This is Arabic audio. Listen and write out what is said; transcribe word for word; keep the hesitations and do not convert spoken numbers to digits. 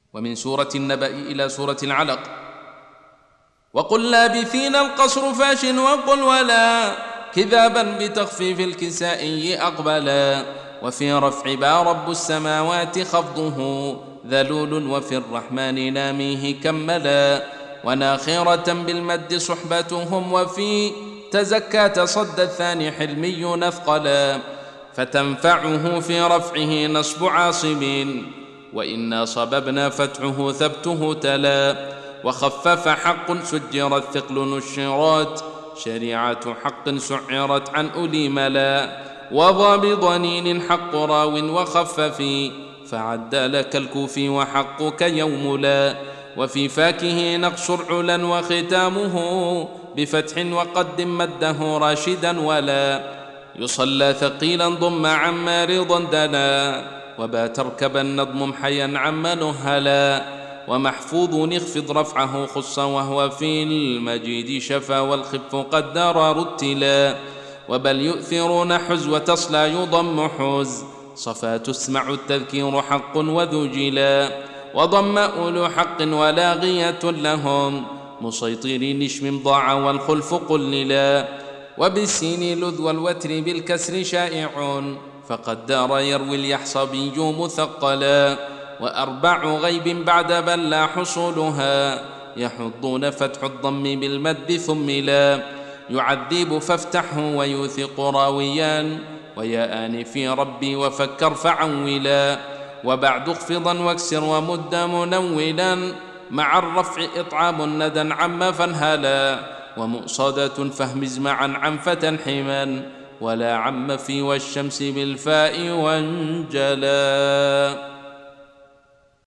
ومن سورة النبأ إلى سورة العلق. وقل لابثين القصر فاش وقل ولا كذابا بتخفيف الكسائي أقبلا. وفي رفع با رب السماوات خفضه ذلول وفي الرحمن ناميه كملا. وناخرة بالمد صحبتهم وفي تزكى تصدى الثاني حلمي نثقلا. فتنفعه في رفعه نصب عاصب وإنا صببنا فتحه ثبته تلا. وخفف حق سجرت ثقل نشرات شريعة حق سعرت عن أولي ملا. وضى بضنين حق راو وخفف فعد لك الكوفي وحقك يوم لا. وفي فاكه نقص علا وختامه بفتح وقدم مده راشدا ولا. يصلى ثقيلا ضم عما رضا دنا وبات اركبا نظم حيا عما نهلا. ومحفوظ اخفض رفعه خص وهو في المجيد شفا والخف قدر رتلا. وبل يؤثرون حز وتصلى يضم حز صفا تسمع التذكير حق وذو جلا. وضم أولو حق ولاغية لهم مسيطرين اشم ضاع والخلف قللا. وبالسين لذ والوتر بالكسر شائع فقدر يروي اليحصبي مثقلا. وأربع غيب بعد بل لا حصولها يحضون فتح الضم بالمد ثم لا. يعذب فافتحه ويوثق راويا ويا في ربي وفكر فعولا. وبعد اخفضا واكسر ومد منولا مع الرفع إطعام ندى عم فانهلا. ومؤصدة فهمز معا عن فتنحما ولا عم في والشمس بالفاء وانجلا.